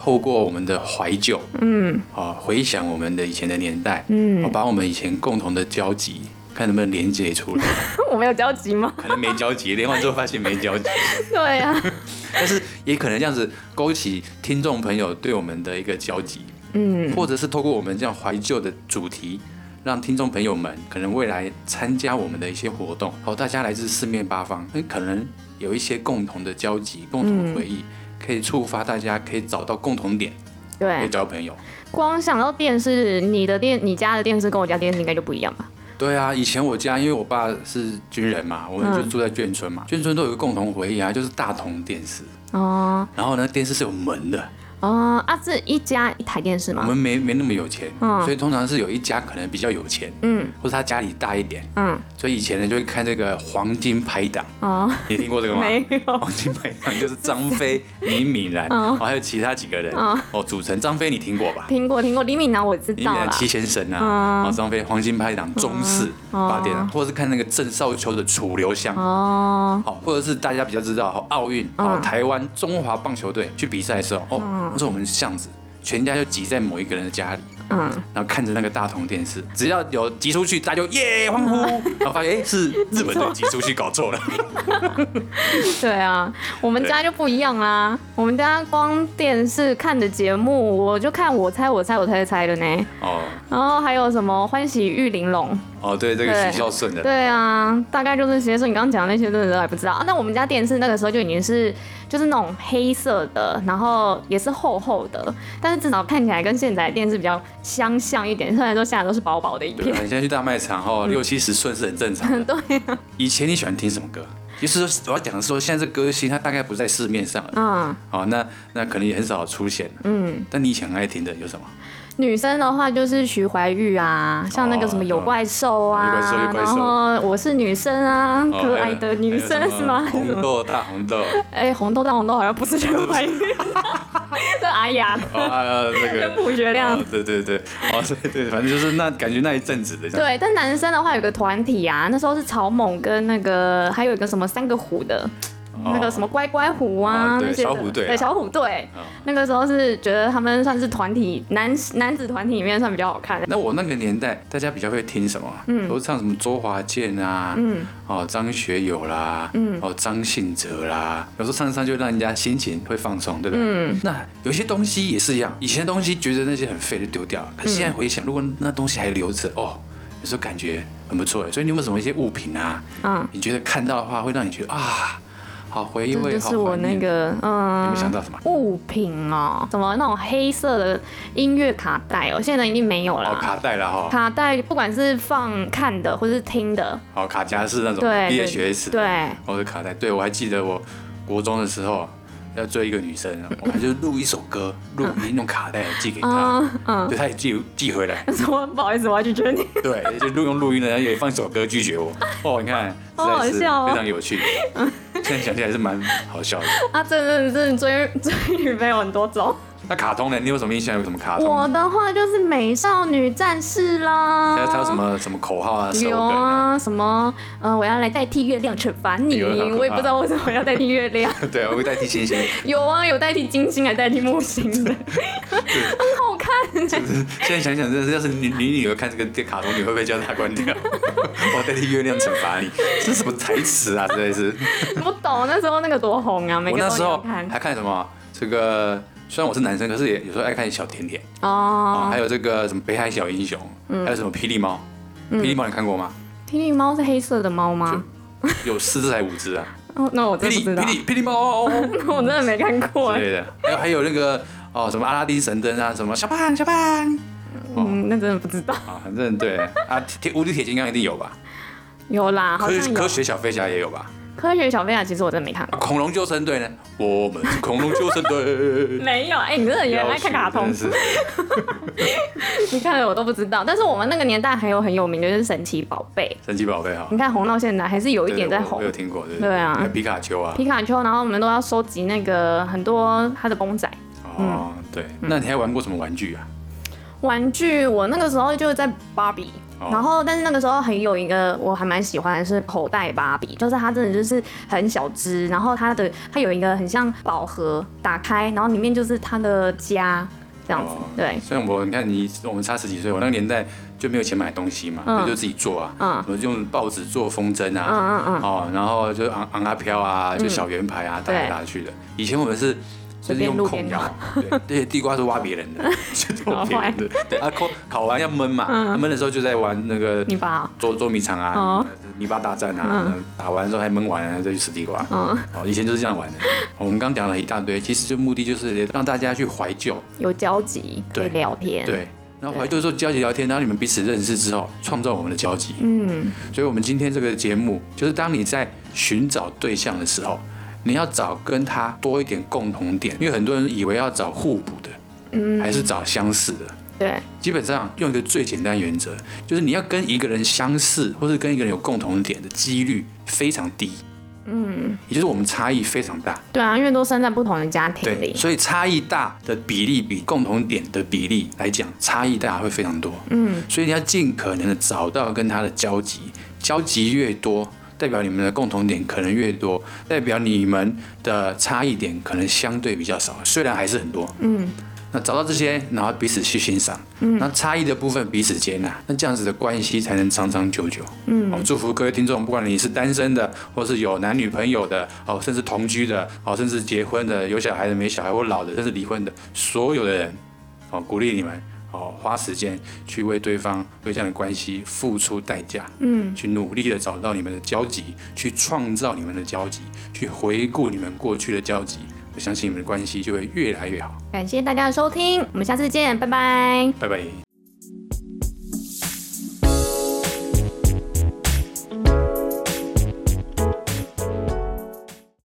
透过我们的怀旧，回想我们的以前的年代，把我们以前共同的交集，看能不能连接出来。 我们有交集吗？ 可能没交集，连完之后发现没交集。 对啊， 但是也可能这样子勾起听众朋友对我们的一个交集，或者是透过我们这样怀旧的主题，让听众朋友们可能未来参加我们的一些活动，大家来自四面八方，可能有一些共同的交集、共同的回忆，可以触发大家可以找到共同点， 对， 可以交朋友。 光想到电视，你家的电视跟我家电视应该就不一样吧？ 对啊，以前我家因为我爸是军人嘛，我们就住在眷村嘛，眷村都有一个共同回忆啊，就是大同电视。哦。然后呢，电视是有门的。 是一家一台电视吗？ 我们没那么有钱，所以通常是有一家可能比较有钱，或者他家里大一点，所以以前呢就会看这个黄金拍档。你听过这个吗？ 没有。 黄金拍档就是张飞、李敏然，还有其他几个人组成。张飞你听过吧？ 听过。李敏然我知道啦。 李敏然七先生啊，张飞黄金拍档中视8点，或者是看那个郑少秋的楚留香，或者是大家比较知道奥运，台湾中华棒球队去比赛的时候，那时候我们巷子全家就挤在某一个人的家里，然后看着那个大同电视，只要有挤出去，大家就耶欢呼，然后发现是日本队挤出去，搞错了。 对啊，我们家就不一样啦，我们家光电视看的节目，我就看我猜的呢。然后还有什么欢喜玉玲珑。 对，这个许孝顺的。 对啊，大概就是这些。所以你刚刚讲的那些，真的都还不知道。那我们家电视那个时候就已经是就是那种黑色的，然后也是厚厚的，但是至少看起来跟现在的电视比较相像一点。虽然说现在都是薄薄的一片。 对，你现在去大卖场60-70寸是很正常的。 对啊。 以前你喜欢听什么歌？就是说我要讲的说，现在这歌星他大概不在市面上了。那可能也很少出现。但你以前很爱听的有什么？ 女生的话就是徐怀钰啊，像那个什么有怪兽啊，然后我是女生啊，可爱的女生是吗？ 红豆大红豆， 红豆大红豆好像不是徐怀钰，是阿雅的， 这个朴学亮， 对，反正就是那感觉那一阵子的。 对，但男生的话有个团体啊，那时候是曹猛跟那个还有一个什么3个虎的。那个什么乖乖虎啊，那些小虎队， 对小虎队，那个时候是觉得他们算是团体男子团体里面算比较好看的。 那我那个年代，大家比较会听什么？都唱什么周华健啊，张学友啦，张信哲啦，有时候唱就让人家心情会放松，对不对？那有些东西也是一样，以前的东西觉得那些很废就丢掉了，可是现在回想，如果那东西还留着，有时候感觉很不错。所以你有没有什么一些物品啊？你觉得看到的话会让你觉得啊？好回忆味， 这就是我那个有没有想到什么物品哦？什么那种黑色的音乐卡带哦？现在已经没有了。 卡带了哈。 卡带不管是看的或是听的。 卡夹式那种。 对。 VHS。 对。 或者卡带，对我还记得我国中的时候要追一个女生，我们就录一首歌，录音用卡带寄给她，对，她也寄回来。 说不好意思，我要拒绝你。 对，就用录音的，也放一首歌拒绝我。你看， 好好笑哦， 非常有趣。现在想起来是蛮好笑的。 真的追女朋友很多种。 那卡通呢？你有什么印象？有什么卡通？ 我的话就是美少女战士啦。 还有什么口号啊？ 有啊，什么我要来代替月亮惩罚你，我也不知道为什么要代替月亮。 对，我会代替星星。 有啊，有代替金星，还代替木星的，很好看。 现在想想，真的是，要是你女儿看这个卡通，你会不会叫她关掉？我代替月亮惩罚你，这是什么台词啊？实在是不懂，那时候那个多红啊，每个都有看。 我那时候还看什么？这个虽然我是男生，可是也有时候爱看小甜甜还有这个什么北海小英雄，还有什么霹雳猫。霹雳猫你看过吗？ 霹雳猫是黑色的猫吗？ 有4只还5只啊？ 那我真不知道。 霹雳猫， 我真的没看过。 对的，还有那个什么阿拉丁神灯啊，什么小胖。 那真的不知道。 反正对啊，无敌铁金刚一定有吧？ 有啦，好像有。 科学小飞侠也有吧？ 科学小飞侠其实我真的没看过。 恐龙救生队呢？我们是恐龙救生队。 没有，你真的也爱看卡通。你看了我都不知道，但是我们那个年代还有很有名的就是神奇宝贝。 神奇宝贝哈， 你看红到现在还是有一点在红。 我有听过， 对啊， 皮卡丘啊， 然后我们都要收集那个很多他的公仔。 对，那你还玩过什么玩具啊？ 玩具我那个时候就是在芭比然后，但是那个时候还有一个我还蛮喜欢的是口袋芭比，就是它真的就是很小只，然后它有一个很像宝盒，打开，然后里面就是它的家这样子。对， 像你看我们差10几岁，我那个年代就没有钱买东西嘛，就自己做啊，我就用报纸做风筝啊，然后就昂啊飘啊，就小圆牌啊，打来打去的。以前我们是。就是用控窑，对，地瓜是挖别人的，就是挖别人的，对啊，烤完要焖嘛，焖的时候就在玩那个泥巴捉迷藏啊，泥巴大战啊，打完之后还焖完了再去吃地瓜，以前就是这样玩的。我们刚讲了一大堆，其实就目的就是让大家去怀旧， 有交集，可以聊天， 对。然后怀旧的时候交集聊天，然后你们彼此认识之后，创造我们的交集。所以我们今天这个节目，就是当你在寻找对象的时候。你要找跟他多一点共同点，因为很多人以为要找互补的，还是找相似的。 对， 基本上用一个最简单原则，就是你要跟一个人相似，或是跟一个人有共同点的几率非常低。也就是我们差异非常大。 对啊，因为都生在不同的家庭里， 所以差异大的比例比共同点的比例来讲，差异大会非常多。所以你要尽可能的找到跟他的交集，交集越多。代表你们的共同点可能越多，代表你们的差异点可能相对比较少，虽然还是很多。那找到这些，然后彼此去欣赏，那差异的部分彼此接纳，那这样子的关系才能长长久久。我们祝福各位听众，不管你是单身的，或是有男女朋友的，甚至同居的，甚至结婚的，有小孩的没小孩，或老的，甚至离婚的，所有的人，鼓励你们。花时间去为对方、为这样的关系付出代价，去努力的找到你们的交集，去创造你们的交集，去回顾你们过去的交集，我相信你们的关系就会越来越好。 感谢大家的收听，我们下次见，拜拜， 拜拜。